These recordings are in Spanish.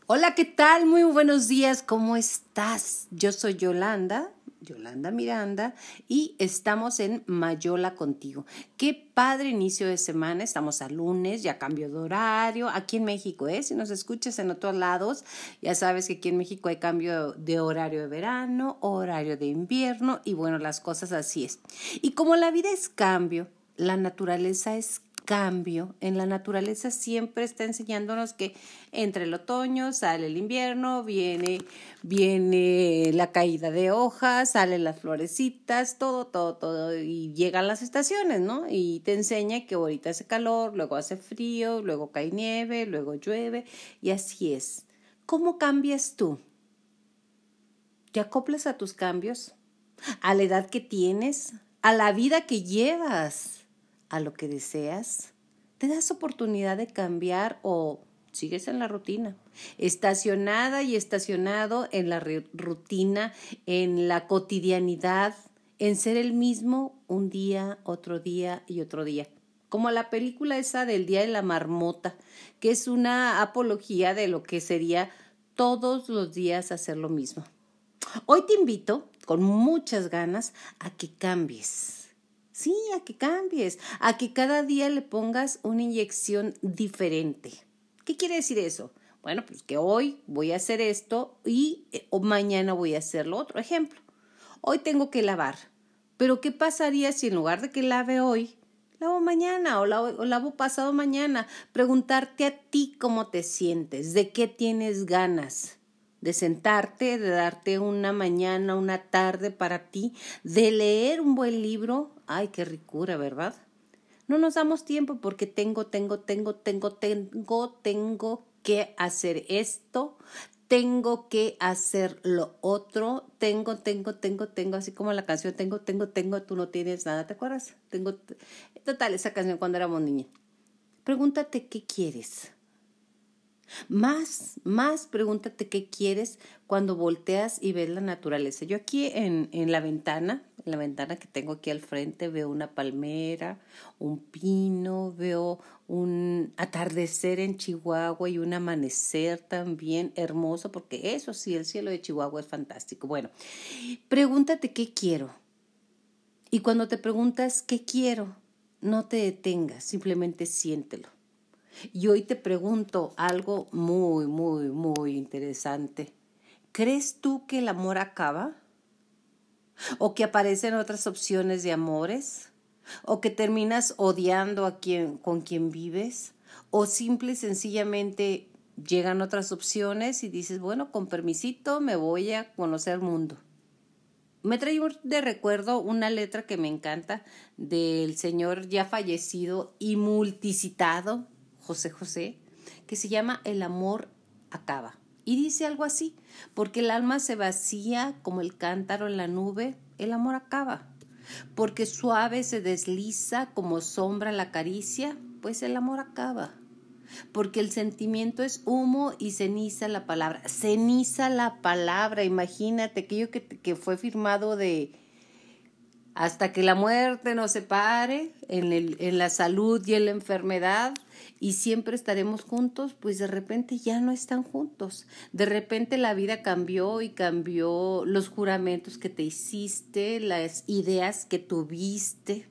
Hola, ¿qué tal? Muy buenos días, ¿cómo estás? Yo soy Yolanda Miranda, y estamos en Mayola contigo. Qué padre inicio de semana, estamos a lunes, ya cambio de horario, aquí en México, si nos escuchas en otros lados, ya sabes que aquí en México hay cambio de horario de verano, horario de invierno, y bueno, las cosas así es. Y como la vida es cambio, la naturaleza es cambio. En la naturaleza siempre está enseñándonos que entre el otoño sale el invierno, viene la caída de hojas, salen las florecitas, todo, y llegan las estaciones, ¿no? Y te enseña que ahorita hace calor, luego hace frío, luego cae nieve, luego llueve, y así es. ¿Cómo cambias tú? ¿Te acoplas a tus cambios? ¿A la edad que tienes? ¿A la vida que llevas? ¿A lo que deseas? ¿Te das oportunidad de cambiar o sigues en la rutina? Estacionada y estacionado en la rutina, en la cotidianidad, en ser el mismo un día, otro día y otro día. Como la película esa del Día de la Marmota, que es una apología de lo que sería todos los días hacer lo mismo. Hoy te invito con muchas ganas a que cambies. Sí, a que cambies, a que cada día le pongas una inyección diferente. ¿Qué quiere decir eso? Bueno, pues que hoy voy a hacer esto y mañana voy a hacer lo otro. Ejemplo, hoy tengo que lavar, pero ¿qué pasaría si en lugar de que lave hoy, lavo mañana o lavo pasado mañana? Preguntarte a ti cómo te sientes, de qué tienes ganas. De sentarte, de darte una mañana, una tarde para ti, de leer un buen libro. Ay, qué ricura, ¿verdad? No nos damos tiempo porque tengo que hacer esto, tengo que hacer lo otro, tengo, así como la canción tengo, tú no tienes nada, ¿te acuerdas? Total, esa canción cuando éramos niñas. Pregúntate qué quieres. Más pregúntate qué quieres cuando volteas y ves la naturaleza. Yo aquí en la ventana que tengo aquí al frente, veo una palmera, un pino, veo un atardecer en Chihuahua y un amanecer también hermoso, porque eso sí, el cielo de Chihuahua es fantástico. Bueno, pregúntate qué quiero. Y cuando te preguntas qué quiero, no te detengas, simplemente siéntelo. Y hoy te pregunto algo muy interesante. ¿Crees tú que el amor acaba? ¿O que aparecen otras opciones de amores? ¿O que terminas odiando con quien vives? ¿O simple y sencillamente llegan otras opciones y dices, bueno, con permisito me voy a conocer el mundo? Me trae de recuerdo una letra que me encanta del señor ya fallecido y multicitado, José José, que se llama El amor acaba. Y dice algo así, porque el alma se vacía como el cántaro en la nube, el amor acaba. Porque suave se desliza como sombra la caricia, pues el amor acaba. Porque el sentimiento es humo y ceniza la palabra. Ceniza la palabra, imagínate, aquello que fue firmado de hasta que la muerte nos separe, en la salud y en la enfermedad, y siempre estaremos juntos, pues de repente ya no están juntos. De repente la vida cambió y cambió los juramentos que te hiciste, las ideas que tuviste.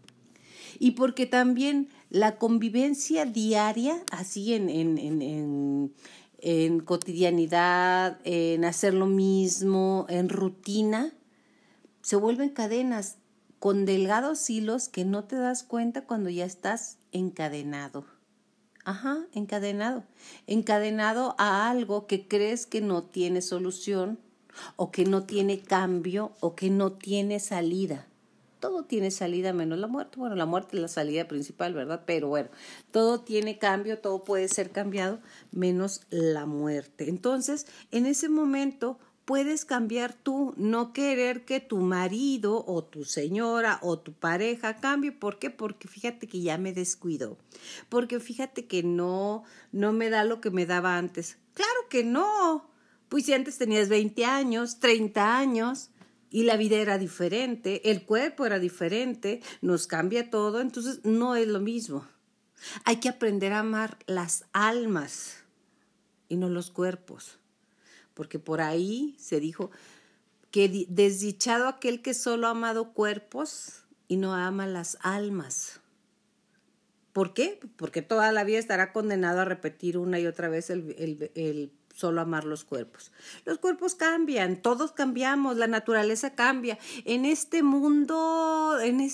Y porque también la convivencia diaria, así en cotidianidad, en hacer lo mismo, en rutina, se vuelven cadenas con delgados hilos que no te das cuenta cuando ya estás encadenado. Ajá, encadenado. Encadenado a algo que crees que no tiene solución, o que no tiene cambio, o que no tiene salida. Todo tiene salida menos la muerte. Bueno, la muerte es la salida principal, ¿verdad? Pero bueno, todo tiene cambio, todo puede ser cambiado menos la muerte. Entonces, en ese momento puedes cambiar tú, no querer que tu marido o tu señora o tu pareja cambie. ¿Por qué? Porque fíjate que ya me descuido. Porque fíjate que no me da lo que me daba antes. Claro que no. Pues si antes tenías 20 años, 30 años y la vida era diferente, el cuerpo era diferente, nos cambia todo, entonces no es lo mismo. Hay que aprender a amar las almas. y no los cuerpos. Porque por ahí se dijo que desdichado aquel que solo ha amado cuerpos y no ama las almas. ¿Por qué? Porque toda la vida estará condenado a repetir una y otra vez el solo amar los cuerpos. Los cuerpos cambian, todos cambiamos, la naturaleza cambia. En este mundo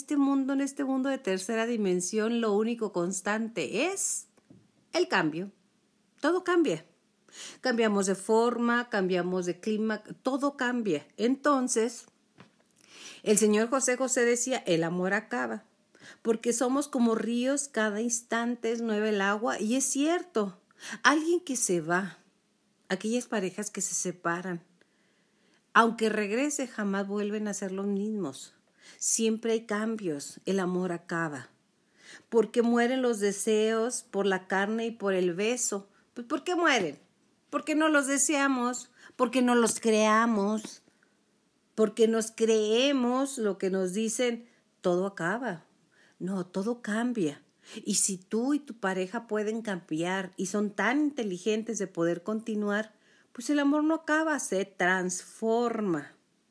de tercera dimensión, lo único constante es el cambio. Todo cambia. Cambiamos de forma, cambiamos de clima, todo cambia. Entonces, el señor José José decía, el amor acaba, porque somos como ríos, cada instante es nueva el agua, y es cierto, alguien que se va, aquellas parejas que se separan, aunque regrese jamás vuelven a ser los mismos. Siempre hay cambios, el amor acaba, porque mueren los deseos por la carne y por el beso. Pues ¿por qué mueren? Porque no los deseamos, porque no los creamos, porque nos creemos lo que nos dicen, todo acaba. No, todo cambia. Y si tú y tu pareja pueden cambiar y son tan inteligentes de poder continuar, pues el amor no acaba, se transforma.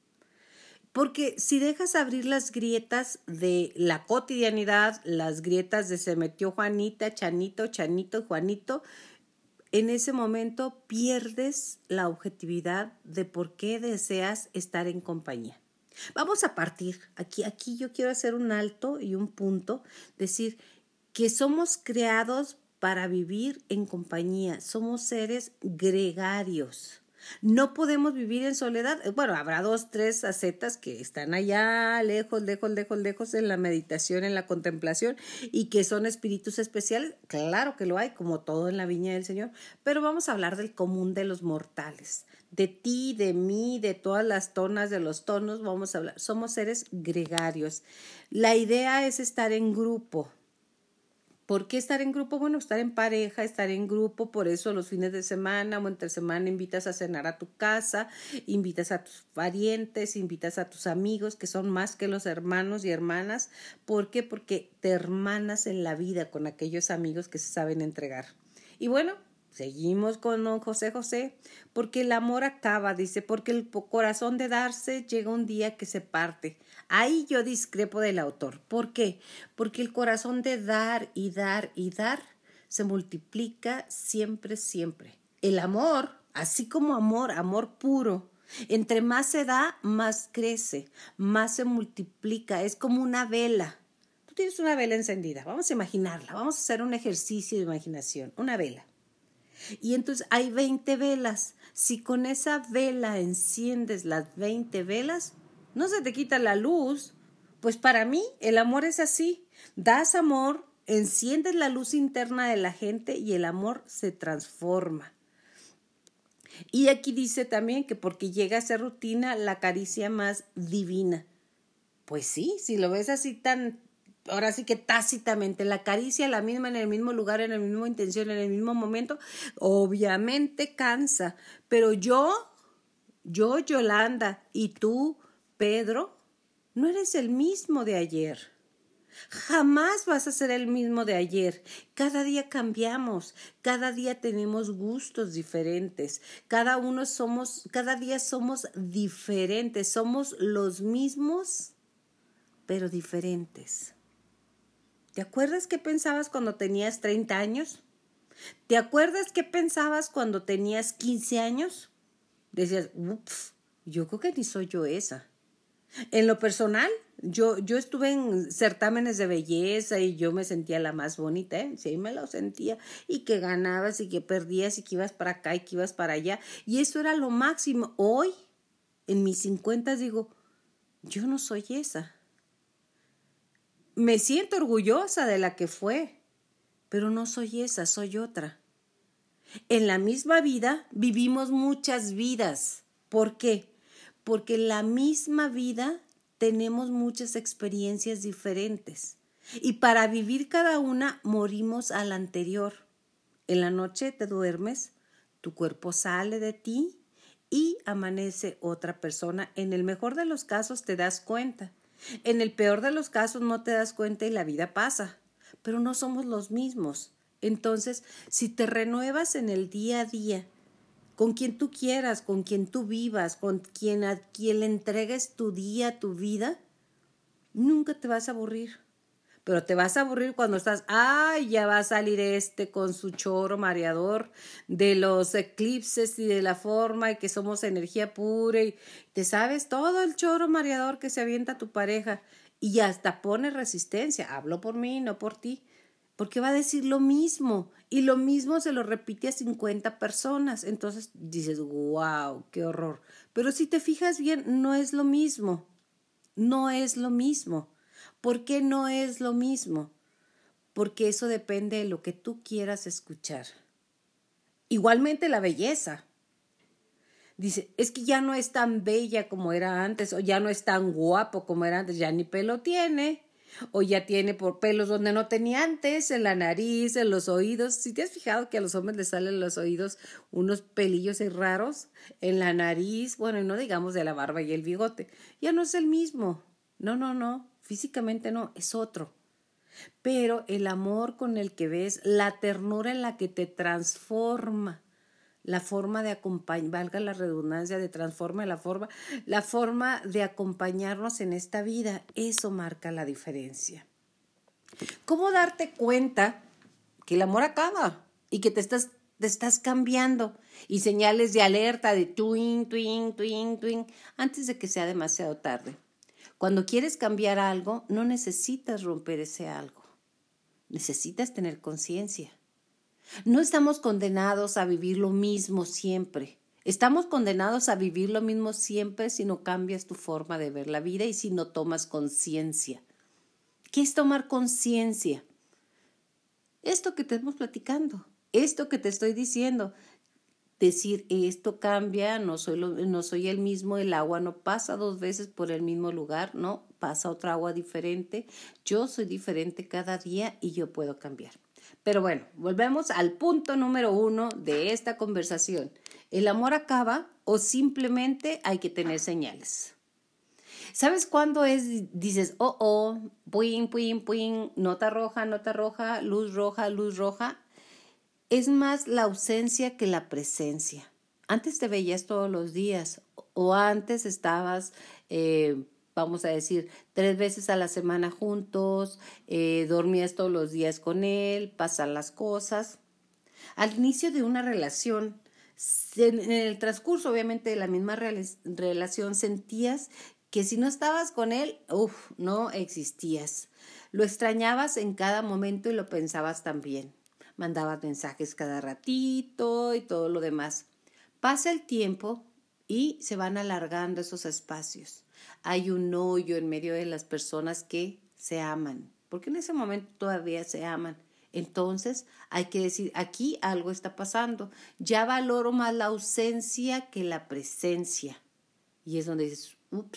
Porque si dejas abrir las grietas de la cotidianidad, las grietas de se metió Juanita, Chanito, Chanito, Juanito, en ese momento pierdes la objetividad de por qué deseas estar en compañía. Vamos a partir. Aquí yo quiero hacer un alto y un punto, decir que somos creados para vivir en compañía. Somos seres gregarios. No podemos vivir en soledad. Bueno, habrá 2, 3 ascetas que están allá lejos en la meditación, en la contemplación y que son espíritus especiales. Claro que lo hay, como todo en la viña del Señor, pero vamos a hablar del común de los mortales. De ti, de mí, de todas las tonas, de los tonos, vamos a hablar. Somos seres gregarios. La idea es estar en grupo. ¿Por qué estar en grupo? Bueno, estar en pareja, estar en grupo, por eso los fines de semana o entre semana invitas a cenar a tu casa, invitas a tus parientes, invitas a tus amigos que son más que los hermanos y hermanas. ¿Por qué? Porque te hermanas en la vida con aquellos amigos que se saben entregar. Y bueno, seguimos con don José José, porque el amor acaba, dice, porque el corazón de darse llega un día que se parte. Ahí yo discrepo del autor. ¿Por qué? Porque el corazón de dar y dar y dar se multiplica siempre, siempre. El amor, así como amor puro, entre más se da, más crece, más se multiplica. Es como una vela. Tú tienes una vela encendida, vamos a imaginarla, vamos a hacer un ejercicio de imaginación, una vela. Y entonces hay 20 velas. Si con esa vela enciendes las 20 velas, no se te quita la luz. Pues para mí el amor es así. Das amor, enciendes la luz interna de la gente y el amor se transforma. Y aquí dice también que porque llega a ser rutina la caricia más divina. Pues sí, si lo ves así ahora sí que tácitamente, la caricia la misma en el mismo lugar, en la misma intención, en el mismo momento, obviamente cansa, pero yo, Yolanda, y tú, Pedro, no eres el mismo de ayer. Jamás vas a ser el mismo de ayer. Cada día cambiamos, cada día tenemos gustos diferentes, cada día somos diferentes, somos los mismos, pero diferentes. ¿Te acuerdas qué pensabas cuando tenías 30 años? ¿Te acuerdas qué pensabas cuando tenías 15 años? Decías, ups, yo creo que ni soy yo esa. En lo personal, yo estuve en certámenes de belleza y yo me sentía la más bonita, ¿eh? Sí, me lo sentía. Y que ganabas y que perdías y que ibas para acá y que ibas para allá. Y eso era lo máximo. Hoy, en mis 50, digo, yo no soy esa. Me siento orgullosa de la que fue, pero no soy esa, soy otra. En la misma vida vivimos muchas vidas. ¿Por qué? Porque en la misma vida tenemos muchas experiencias diferentes. Y para vivir cada una morimos a la anterior. En la noche te duermes, tu cuerpo sale de ti y amanece otra persona. En el mejor de los casos te das cuenta. En el peor de los casos no te das cuenta y la vida pasa, pero no somos los mismos. Entonces, si te renuevas en el día a día con quien tú quieras, con quien tú vivas, a quien le entregues tu día, tu vida, nunca te vas a aburrir. Pero te vas a aburrir cuando estás, ay, ya va a salir con su choro mareador de los eclipses y de la forma y que somos energía pura y te sabes todo el choro mareador que se avienta tu pareja y hasta pone resistencia. Hablo por mí, no por ti, porque va a decir lo mismo y lo mismo se lo repite a 50 personas. Entonces dices, wow, qué horror. Pero si te fijas bien, no es lo mismo, no es lo mismo. ¿Por qué no es lo mismo? Porque eso depende de lo que tú quieras escuchar. Igualmente la belleza. Dice, es que ya no es tan bella como era antes, o ya no es tan guapo como era antes, ya ni pelo tiene, o ya tiene por pelos donde no tenía antes, en la nariz, en los oídos. Si te has fijado que a los hombres les salen los oídos unos pelillos raros, en la nariz, bueno, y no digamos de la barba y el bigote, ya no es el mismo. No, físicamente no, es otro. Pero el amor con el que ves, la ternura en la que te transforma, la forma de acompañar, valga la redundancia, de transforma la forma de acompañarnos en esta vida, eso marca la diferencia. ¿Cómo darte cuenta que el amor acaba y que te estás cambiando? Y señales de alerta de twing, twing, twing, twing, antes de que sea demasiado tarde. Cuando quieres cambiar algo, no necesitas romper ese algo. Necesitas tener conciencia. No estamos condenados a vivir lo mismo siempre. Estamos condenados a vivir lo mismo siempre si no cambias tu forma de ver la vida y si no tomas conciencia. ¿Qué es tomar conciencia? Esto que te estamos platicando, esto que te estoy diciendo. Decir, esto cambia, no soy el mismo, el agua no pasa 2 veces por el mismo lugar, no, pasa otra agua diferente, yo soy diferente cada día y yo puedo cambiar. Pero bueno, volvemos al punto número 1 de esta conversación. ¿El amor acaba o simplemente hay que tener señales? ¿Sabes cuándo dices, puing, puing, puing, nota roja, luz roja, luz roja? Es más la ausencia que la presencia. Antes te veías todos los días o antes estabas, vamos a decir, 3 veces a la semana juntos, dormías todos los días con él, pasan las cosas. Al inicio de una relación, en el transcurso obviamente de la misma relación, sentías que si no estabas con él, no existías. Lo extrañabas en cada momento y lo pensabas también. Mandabas mensajes cada ratito y todo lo demás. Pasa el tiempo y se van alargando esos espacios. Hay un hoyo en medio de las personas que se aman, porque en ese momento todavía se aman. Entonces hay que decir, aquí algo está pasando. Ya valoro más la ausencia que la presencia. Y es donde dices,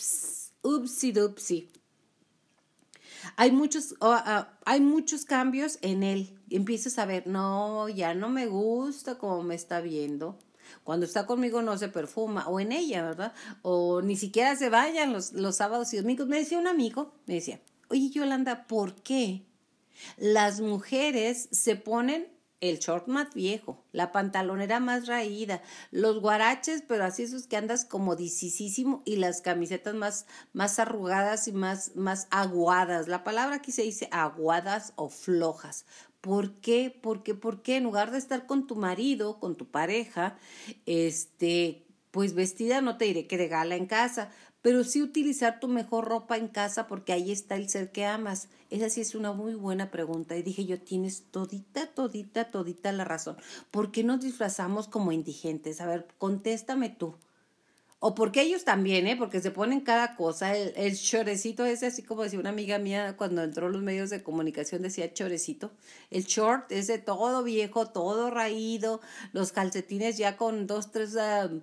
upsi. Hay muchos cambios en él. Empiezas a ver, no, ya no me gusta cómo me está viendo. Cuando está conmigo no se perfuma, o en ella, ¿verdad? O ni siquiera se bañan los sábados y domingos. Me decía un amigo, oye Yolanda, ¿por qué las mujeres se ponen el short más viejo, la pantalonera más raída, los guaraches, pero así esos que andas como disisísimo, y las camisetas más arrugadas y más aguadas? La palabra aquí se dice aguadas o flojas. ¿Por qué? Porque en lugar de estar con tu marido, con tu pareja, pues vestida, no te diré que de gala en casa, pero sí utilizar tu mejor ropa en casa porque ahí está el ser que amas? Esa sí es una muy buena pregunta. Y dije yo, tienes todita la razón. ¿Por qué nos disfrazamos como indigentes? A ver, contéstame tú. O porque ellos también, porque se ponen cada cosa. El chorecito ese, así como decía una amiga mía cuando entró a los medios de comunicación, decía chorecito. El short ese todo viejo, todo raído, los calcetines ya con 2, 3...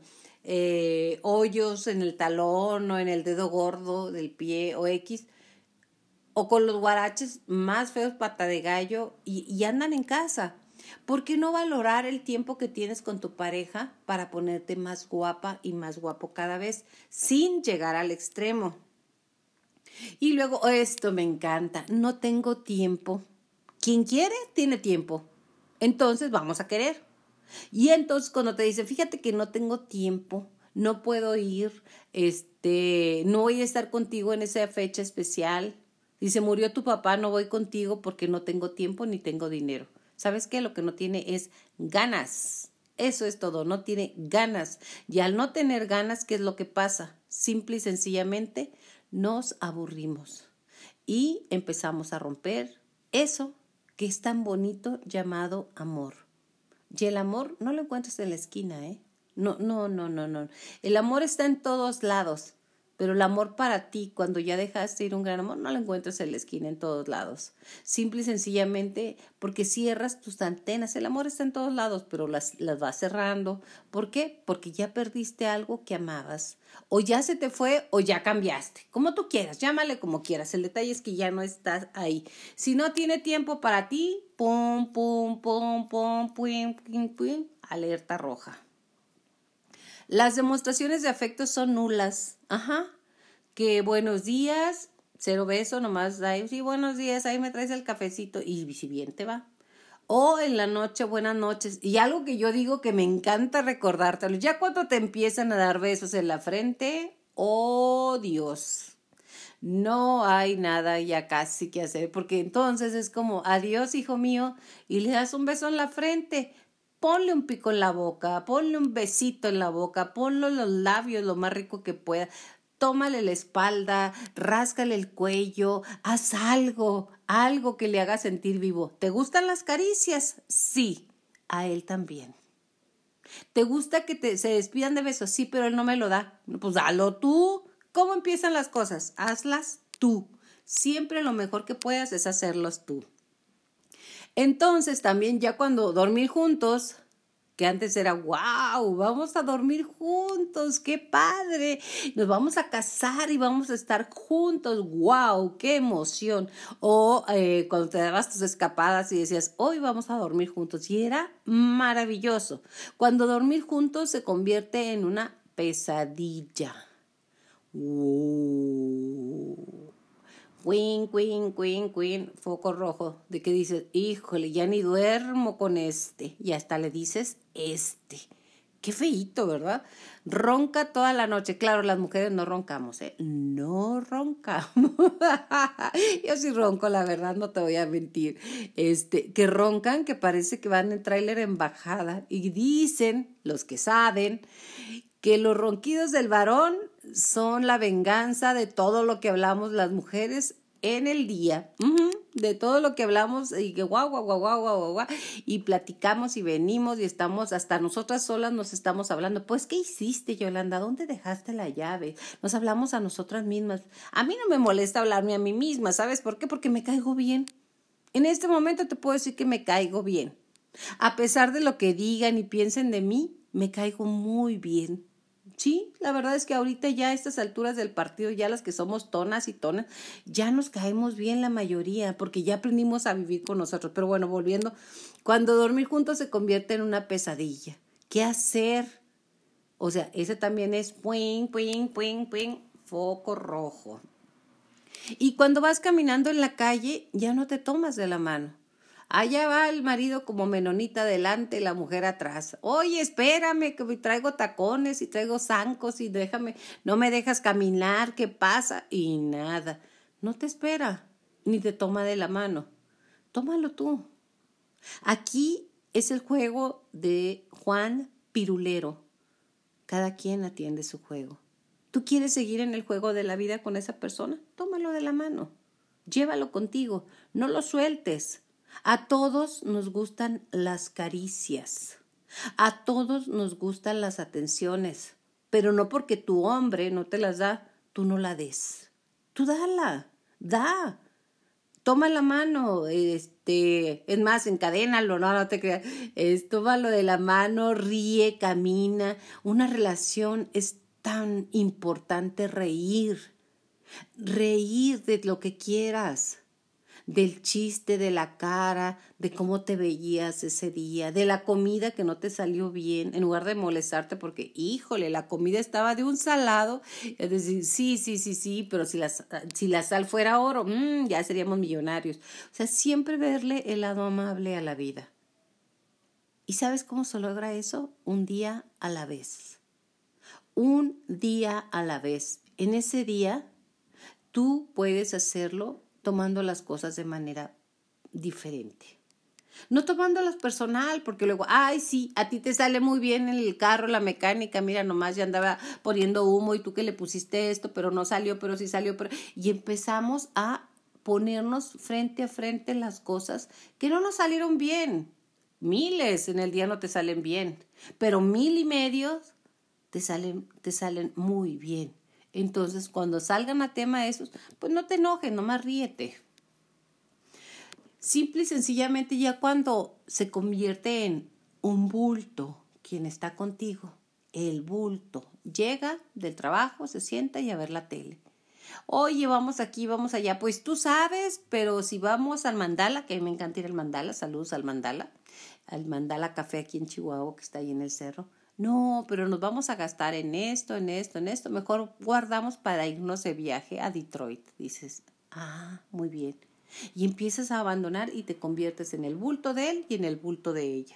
hoyos en el talón o en el dedo gordo del pie o X, o con los guaraches más feos, pata de gallo, y andan en casa. ¿Por qué no valorar el tiempo que tienes con tu pareja para ponerte más guapa y más guapo cada vez sin llegar al extremo? Y luego, esto me encanta, no tengo tiempo. Quien quiere, tiene tiempo. Entonces vamos a querer. Y entonces cuando te dice, fíjate que no tengo tiempo, no puedo ir, no voy a estar contigo en esa fecha especial. Si se murió tu papá, no voy contigo porque no tengo tiempo ni tengo dinero. ¿Sabes qué? Lo que no tiene es ganas. Eso es todo, no tiene ganas. Y al no tener ganas, ¿qué es lo que pasa? Simple y sencillamente nos aburrimos y empezamos a romper eso que es tan bonito llamado amor. Y el amor no lo encuentras en la esquina, ¿eh? No. El amor está en todos lados, pero el amor para ti, cuando ya dejaste ir un gran amor, no lo encuentras en la esquina, en todos lados. Simple y sencillamente porque cierras tus antenas. El amor está en todos lados, pero las vas cerrando. ¿Por qué? Porque ya perdiste algo que amabas. O ya se te fue o ya cambiaste. Como tú quieras, llámale como quieras. El detalle es que ya no estás ahí. Si no tiene tiempo para ti, pum, pum, pum, pum, pum, pum, pum, alerta roja. Las demostraciones de afecto son nulas. Que buenos días, cero beso, nomás, ay, sí, buenos días, ahí me traes el cafecito y si bien te va. O en la noche, buenas noches. Y algo que yo digo que me encanta recordártelo, ya cuando te empiezan a dar besos en la frente, oh Dios, no hay nada ya casi que hacer, porque entonces es como, adiós hijo mío, y le das un beso en la frente. Ponle un pico en la boca, ponle un besito en la boca, ponle los labios lo más rico que pueda. Tómale la espalda, ráscale el cuello, haz algo que le haga sentir vivo. ¿Te gustan las caricias? Sí, a él también. ¿Te gusta que se despidan de besos? Sí, pero él no me lo da. Pues dalo tú. ¿Cómo empiezan las cosas? Hazlas tú. Siempre lo mejor que puedas es hacerlos tú. Entonces también ya cuando dormir juntos, que antes era, wow, vamos a dormir juntos, qué padre, nos vamos a casar y vamos a estar juntos, wow, qué emoción. O cuando te dabas tus escapadas y decías, hoy vamos a dormir juntos, y era maravilloso. Cuando dormir juntos se convierte en una pesadilla. Queen, foco rojo, de que dices, híjole, ya ni duermo con este, y hasta le dices qué feíto, ¿verdad? Ronca toda la noche. Claro, las mujeres no roncamos, no roncamos. Yo sí ronco, la verdad, no te voy a mentir. Que roncan, que parece que van en tráiler en bajada, y dicen, los que saben, que los ronquidos del varón son la venganza de todo lo que hablamos las mujeres en el día, de todo lo que hablamos y que guau, y platicamos y venimos y estamos, hasta nosotras solas nos estamos hablando. Pues, ¿qué hiciste, Yolanda? ¿Dónde dejaste la llave? Nos hablamos a nosotras mismas. A mí no me molesta hablarme a mí misma, ¿sabes por qué? Porque me caigo bien. En este momento te puedo decir que me caigo bien. A pesar de lo que digan y piensen de mí, me caigo muy bien. Sí, la verdad es que ahorita ya a estas alturas del partido, ya las que somos tonas y tonas, ya nos caemos bien la mayoría, porque ya aprendimos a vivir con nosotros. Pero bueno, volviendo, cuando dormir juntos se convierte en una pesadilla. ¿Qué hacer? O sea, ese también es foco rojo. Y cuando vas caminando en la calle, ya no te tomas de la mano. Allá va el marido como menonita adelante, la mujer atrás. Oye, espérame, que traigo tacones y traigo zancos y no me dejas caminar, ¿qué pasa? Y nada, no te espera, ni te toma de la mano. Tómalo tú. Aquí es el juego de Juan Pirulero. Cada quien atiende su juego. ¿Tú quieres seguir en el juego de la vida con esa persona? Tómalo de la mano. Llévalo contigo. No lo sueltes. A todos nos gustan las caricias, a todos nos gustan las atenciones, pero no porque tu hombre no te las da, tú no la des. Tú da. Toma la mano, es más, encadénalo, no te creas, tómalo de la mano, ríe, camina. Una relación es tan importante reír de lo que quieras. Del chiste, de la cara, de cómo te veías ese día, de la comida que no te salió bien, en lugar de molestarte porque, híjole, la comida estaba de un salado, es decir, sí, pero si la sal fuera oro, ya seríamos millonarios. O sea, siempre verle el lado amable a la vida. ¿Y sabes cómo se logra eso? Un día a la vez. Un día a la vez. En ese día, tú puedes hacerlo tomando las cosas de manera diferente. No tomándolas personal, porque luego, ay, sí, a ti te sale muy bien el carro, la mecánica, mira, nomás ya andaba poniendo humo y tú que le pusiste esto, pero no salió, pero sí salió. Y empezamos a ponernos frente a frente las cosas que no nos salieron bien. Miles en el día no te salen bien, pero 1,000 y medio te salen muy bien. Entonces, cuando salgan a tema esos, pues no te enojes, nomás ríete. Simple y sencillamente ya cuando se convierte en un bulto quien está contigo, el bulto llega del trabajo, se sienta y a ver la tele. Oye, vamos aquí, vamos allá. Pues tú sabes, pero si vamos al Mandala, que a mí me encanta ir al Mandala, saludos al Mandala Café aquí en Chihuahua, que está ahí en el cerro. No, pero nos vamos a gastar en esto. Mejor guardamos para irnos de viaje a Detroit. Dices, muy bien. Y empiezas a abandonar y te conviertes en el bulto de él y en el bulto de ella.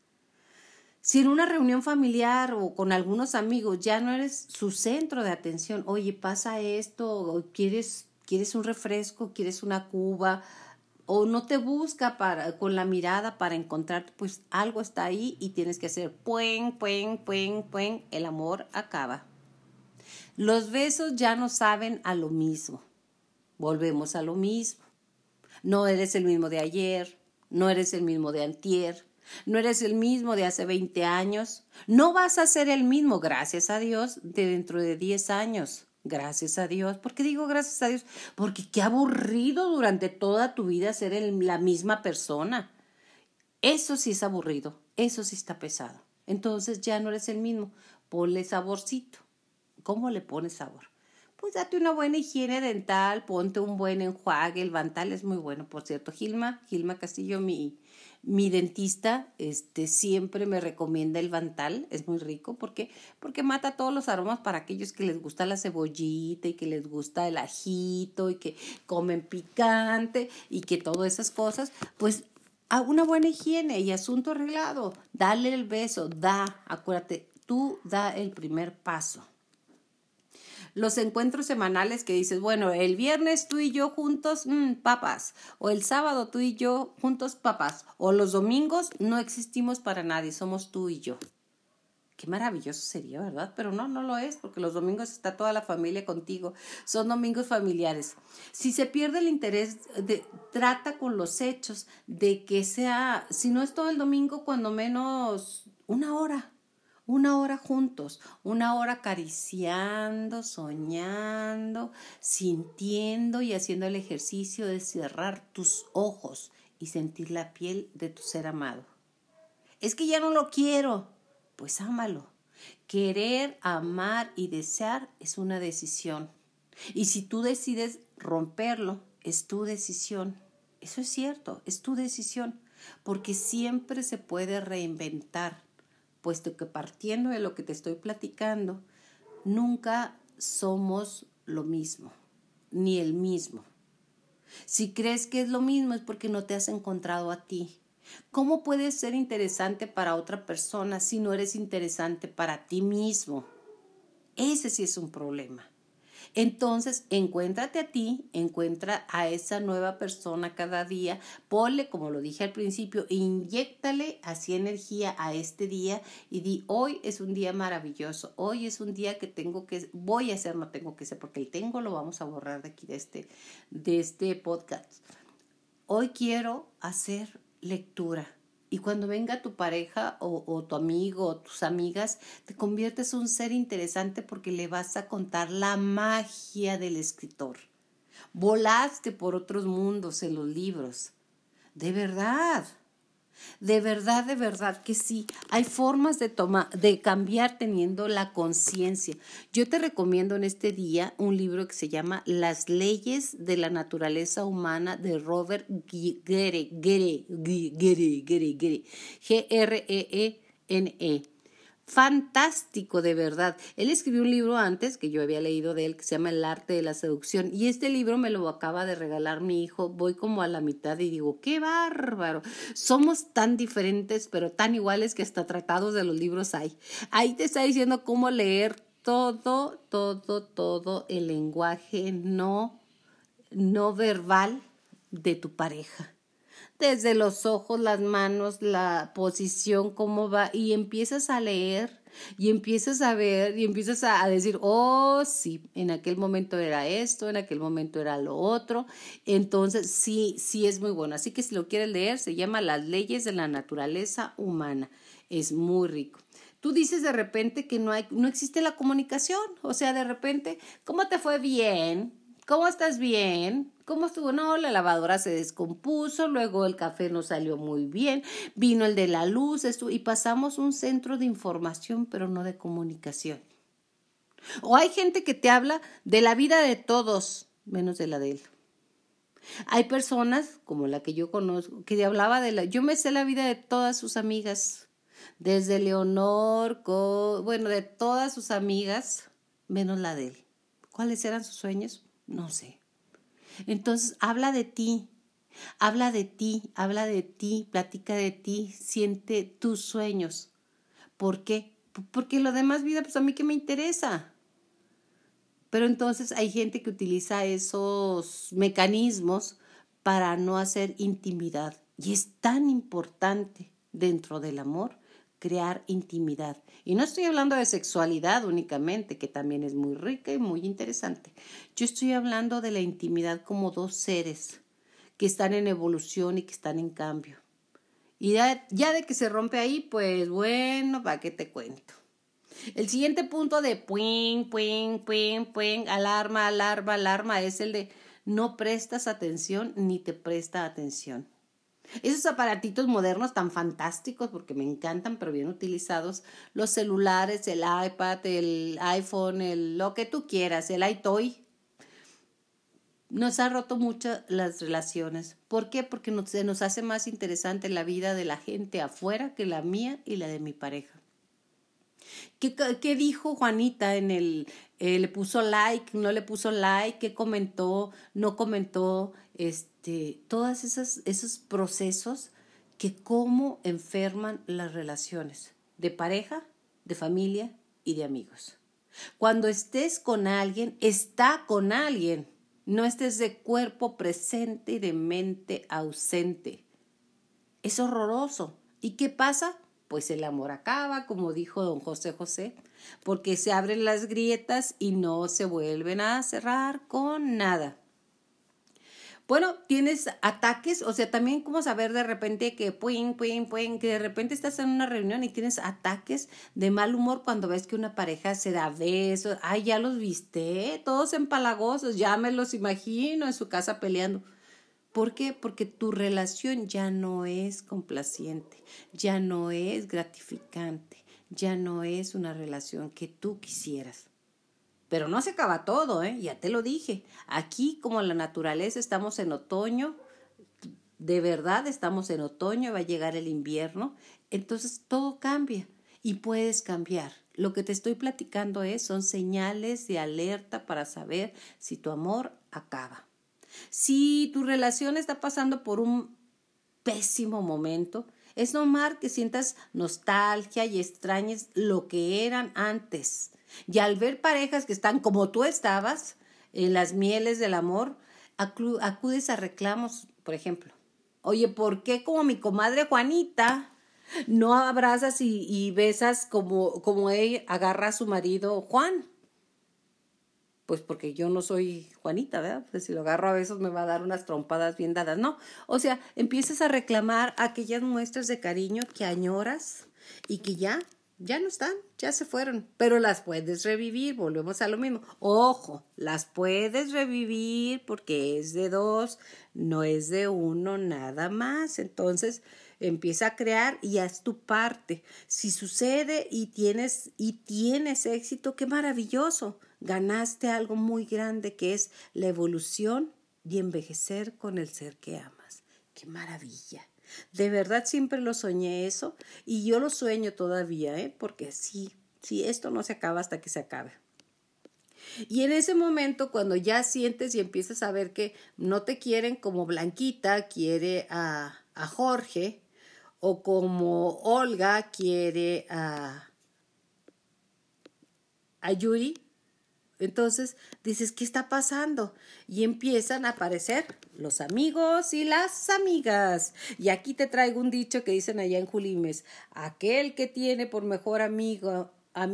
Si en una reunión familiar o con algunos amigos ya no eres su centro de atención, oye, pasa esto, o quieres un refresco, quieres una cuba, o no te busca con la mirada para encontrarte, pues algo está ahí y tienes que hacer puen, el amor acaba. Los besos ya no saben a lo mismo. Volvemos a lo mismo. No eres el mismo de ayer, no eres el mismo de antier, no eres el mismo de hace 20 años. No vas a ser el mismo, gracias a Dios, de dentro de 10 años. Gracias a Dios. ¿Por qué digo gracias a Dios? Porque qué aburrido durante toda tu vida ser la misma persona. Eso sí es aburrido, eso sí está pesado. Entonces ya no eres el mismo. Ponle saborcito. ¿Cómo le pones sabor? Pues date una buena higiene dental, ponte un buen enjuague, el Bantal es muy bueno, por cierto. Gilma Castillo, mi dentista, siempre me recomienda el Bantal, es muy rico, porque mata todos los aromas para aquellos que les gusta la cebollita y que les gusta el ajito y que comen picante y que todas esas cosas, pues a una buena higiene y asunto arreglado. Dale el beso, acuérdate, tú da el primer paso. Los encuentros semanales que dices, bueno, el viernes tú y yo juntos, papas, o el sábado tú y yo juntos, papas, o los domingos no existimos para nadie, somos tú y yo. Qué maravilloso sería, ¿verdad? Pero no lo es, porque los domingos está toda la familia contigo, son domingos familiares. Si se pierde el interés, trata con los hechos de que sea, si no es todo el domingo, cuando menos una hora juntos, una hora acariciando, soñando, sintiendo y haciendo el ejercicio de cerrar tus ojos y sentir la piel de tu ser amado. Es que ya no lo quiero, pues ámalo. Querer, amar y desear es una decisión. Y si tú decides romperlo, es tu decisión. Eso es cierto, es tu decisión, porque siempre se puede reinventar. Puesto que partiendo de lo que te estoy platicando, nunca somos lo mismo, ni el mismo. Si crees que es lo mismo es porque no te has encontrado a ti. ¿Cómo puedes ser interesante para otra persona si no eres interesante para ti mismo? Ese sí es un problema. Entonces, encuéntrate a ti, encuentra a esa nueva persona cada día, ponle, como lo dije al principio, inyéctale así energía a este día y di, hoy es un día maravilloso, hoy es un día que voy a hacer, no tengo que ser, porque el tengo lo vamos a borrar de aquí de este podcast. Hoy quiero hacer lectura. Y cuando venga tu pareja o tu amigo o tus amigas, te conviertes en un ser interesante porque le vas a contar la magia del escritor. Volaste por otros mundos en los libros. De verdad que sí. Hay formas de cambiar teniendo la conciencia. Yo te recomiendo en este día un libro que se llama Las leyes de la naturaleza humana de Robert Greene. Greene. fantástico, de verdad. Él escribió un libro antes que yo había leído de él que se llama El arte de la seducción y este libro me lo acaba de regalar mi hijo. Voy como a la mitad y digo, ¡qué bárbaro! Somos tan diferentes pero tan iguales que hasta tratados de los libros hay. Ahí te está diciendo cómo leer todo el lenguaje no verbal de tu pareja. Desde los ojos, las manos, la posición, cómo va, y empiezas a leer, y empiezas a ver, y empiezas a decir, oh, sí, en aquel momento era esto, en aquel momento era lo otro. Entonces, sí es muy bueno. Así que si lo quieres leer, se llama Las leyes de la naturaleza humana. Es muy rico. Tú dices de repente que no existe la comunicación, o sea, de repente, ¿cómo te fue? Bien. ¿Cómo estás? Bien. ¿Cómo estuvo? No, la lavadora se descompuso, luego el café no salió muy bien, vino el de la luz, y pasamos un centro de información, pero no de comunicación. O hay gente que te habla de la vida de todos, menos de la de él. Hay personas, como la que yo conozco, que hablaba yo me sé la vida de todas sus amigas, desde Leonor, de todas sus amigas, menos la de él. ¿Cuáles eran sus sueños? No sé. Entonces, habla de ti, platica de ti, siente tus sueños. ¿Por qué? Porque lo demás vida, pues a mí qué me interesa. Pero entonces hay gente que utiliza esos mecanismos para no hacer intimidad. Y es tan importante dentro del amor crear intimidad. Y no estoy hablando de sexualidad únicamente, que también es muy rica y muy interesante. Yo estoy hablando de la intimidad como dos seres que están en evolución y que están en cambio. Y ya de que se rompe ahí, pues bueno, ¿para qué te cuento? El siguiente punto de puing, alarma, es el de no prestas atención ni te presta atención. Esos aparatitos modernos tan fantásticos, porque me encantan, pero bien utilizados, los celulares, el iPad, el iPhone, lo que tú quieras, el iToy, nos ha roto mucho las relaciones. ¿Por qué? Porque se nos hace más interesante la vida de la gente afuera que la mía y la de mi pareja. ¿Qué dijo Juanita le puso like, no le puso like, qué comentó, no comentó, todos esos procesos que cómo enferman las relaciones de pareja, de familia y de amigos? Cuando estés con alguien, está con alguien, no estés de cuerpo presente y de mente ausente. Es horroroso. ¿Y qué pasa? Pues el amor acaba, como dijo don José José, porque se abren las grietas y no se vuelven a cerrar con nada. Bueno, tienes ataques, o sea, también como saber de repente que que de repente estás en una reunión y tienes ataques de mal humor cuando ves que una pareja se da besos. Ay, ya los viste, todos empalagosos, ya me los imagino en su casa peleando. ¿Por qué? Porque tu relación ya no es complaciente, ya no es gratificante, ya no es una relación que tú quisieras. Pero no se acaba todo, ya te lo dije. Aquí, como la naturaleza, estamos en otoño, de verdad estamos en otoño, va a llegar el invierno, entonces todo cambia y puedes cambiar. Lo que te estoy platicando son señales de alerta para saber si tu amor acaba. Si tu relación está pasando por un pésimo momento, es normal que sientas nostalgia y extrañes lo que eran antes. Y al ver parejas que están como tú estabas, en las mieles del amor, acudes a reclamos, por ejemplo. Oye, ¿por qué como mi comadre Juanita no abrazas y besas como ella agarra a su marido Juan? Pues porque yo no soy Juanita, ¿verdad? Pues si lo agarro a besos me va a dar unas trompadas bien dadas. No, o sea, empiezas a reclamar aquellas muestras de cariño que añoras y que ya no están, ya se fueron. Pero las puedes revivir, volvemos a lo mismo. Ojo, las puedes revivir porque es de dos, no es de uno nada más. Entonces, empieza a crear y haz tu parte. Si sucede y tienes éxito, qué maravilloso. Ganaste algo muy grande que es la evolución y envejecer con el ser que amas. ¡Qué maravilla! De verdad siempre lo soñé eso y yo lo sueño todavía, porque sí, esto no se acaba hasta que se acabe. Y en ese momento, cuando ya sientes y empiezas a ver que no te quieren como Blanquita quiere a Jorge, o como Olga quiere a Yuri, entonces dices, ¿qué está pasando? Y empiezan a aparecer los amigos y las amigas. Y aquí te traigo un dicho que dicen allá en Julimes: aquel que tiene por mejor amigo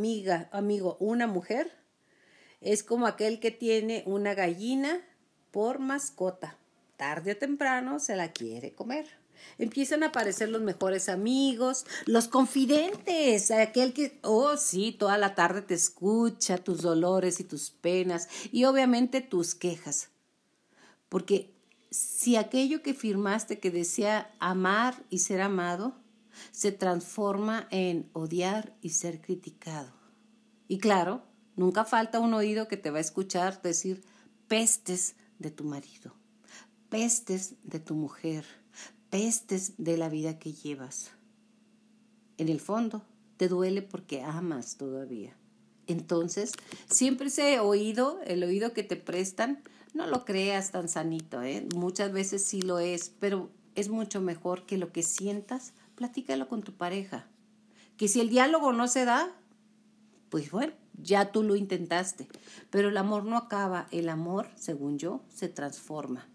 una mujer es como aquel que tiene una gallina por mascota. Tarde o temprano se la quiere comer. Empiezan a aparecer los mejores amigos, los confidentes, aquel que, oh sí, toda la tarde te escucha tus dolores y tus penas y obviamente tus quejas. Porque si aquello que firmaste que desea amar y ser amado, se transforma en odiar y ser criticado. Y claro, nunca falta un oído que te va a escuchar decir pestes de tu marido, pestes de tu mujer, pestes de la vida que llevas. En el fondo, te duele porque amas todavía. Entonces, siempre ese oído, el oído que te prestan, no lo creas tan sanito, Muchas veces sí lo es, pero es mucho mejor que lo que sientas, platícalo con tu pareja. Que si el diálogo no se da, pues bueno, ya tú lo intentaste. Pero el amor no acaba, el amor, según yo, se transforma.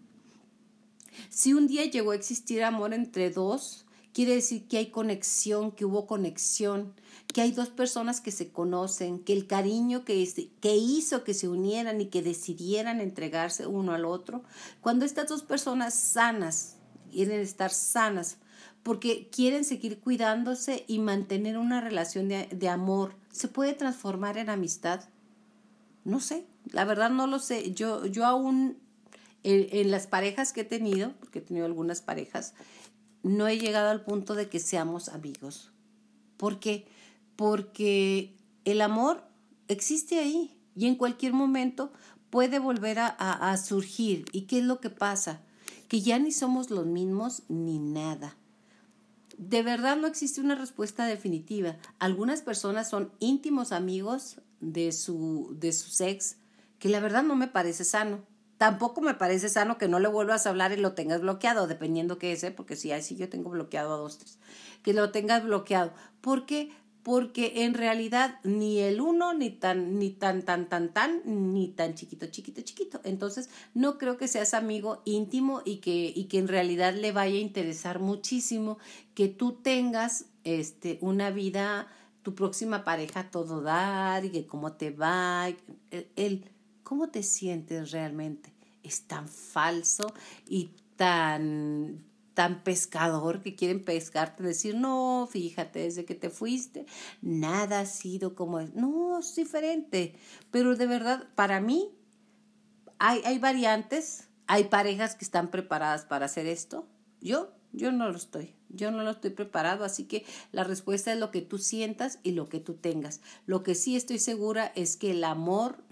Si un día llegó a existir amor entre dos, quiere decir que hay conexión, que hubo conexión, que hay dos personas que se conocen, que el cariño que hizo que se unieran y que decidieran entregarse uno al otro. Cuando estas dos personas sanas, quieren estar sanas, porque quieren seguir cuidándose y mantener una relación de amor, ¿se puede transformar en amistad? No sé, la verdad no lo sé. Yo aún en las parejas que he tenido, porque he tenido algunas parejas, no he llegado al punto de que seamos amigos. ¿Por qué? Porque el amor existe ahí y en cualquier momento puede volver a surgir. ¿Y qué es lo que pasa? Que ya ni somos los mismos ni nada. De verdad no existe una respuesta definitiva. Algunas personas son íntimos amigos de su ex, que la verdad no me parece sano. Tampoco me parece sano que no le vuelvas a hablar y lo tengas bloqueado, dependiendo qué es, porque sí, así yo tengo bloqueado a 2, 3. Que lo tengas bloqueado. ¿Por qué? Porque en realidad ni el uno, ni tan, ni tan, ni tan chiquito. Entonces, no creo que seas amigo íntimo y que en realidad le vaya a interesar muchísimo que tú tengas una vida, tu próxima pareja a todo dar, y que cómo te va, cómo te sientes realmente. Es tan falso y tan pescador que quieren pescarte, decir, no, fíjate, desde que te fuiste, nada ha sido como es. No, es diferente. Pero de verdad, para mí, hay variantes, hay parejas que están preparadas para hacer esto. Yo no lo estoy. Yo no lo estoy preparado, así que la respuesta es lo que tú sientas y lo que tú tengas. Lo que sí estoy segura es que el amor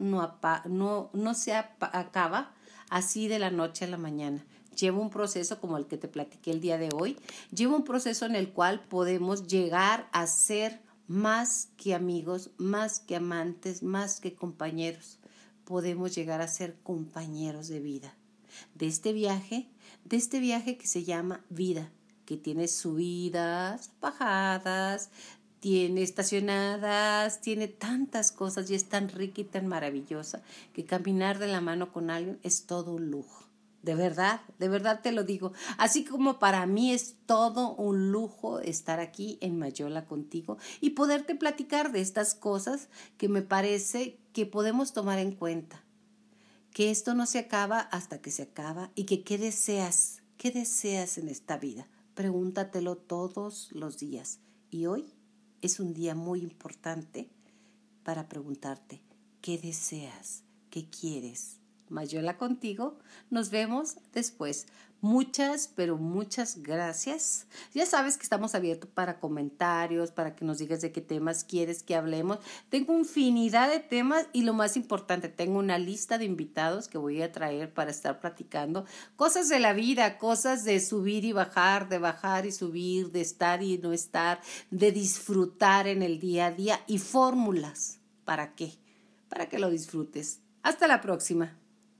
no se acaba así de la noche a la mañana. Lleva un proceso como el que te platiqué el día de hoy. Lleva un proceso en el cual podemos llegar a ser más que amigos, más que amantes, más que compañeros. Podemos llegar a ser compañeros de vida. De este viaje que se llama vida, que tiene subidas, bajadas, tiene estacionadas, tiene tantas cosas y es tan rica y tan maravillosa que caminar de la mano con alguien es todo un lujo. De verdad te lo digo. Así como para mí es todo un lujo estar aquí en Mayola contigo y poderte platicar de estas cosas que me parece que podemos tomar en cuenta. Que esto no se acaba hasta que se acaba y que ¿qué deseas en esta vida? Pregúntatelo todos los días. Y hoy es un día muy importante para preguntarte ¿qué deseas? ¿Qué quieres? Mayola contigo. Nos vemos después. Muchas, pero muchas gracias. Ya sabes que estamos abiertos para comentarios, para que nos digas de qué temas quieres que hablemos. Tengo infinidad de temas y lo más importante, tengo una lista de invitados que voy a traer para estar platicando. Cosas de la vida, cosas de subir y bajar, de bajar y subir, de estar y no estar, de disfrutar en el día a día y fórmulas. ¿Para qué? Para que lo disfrutes. Hasta la próxima.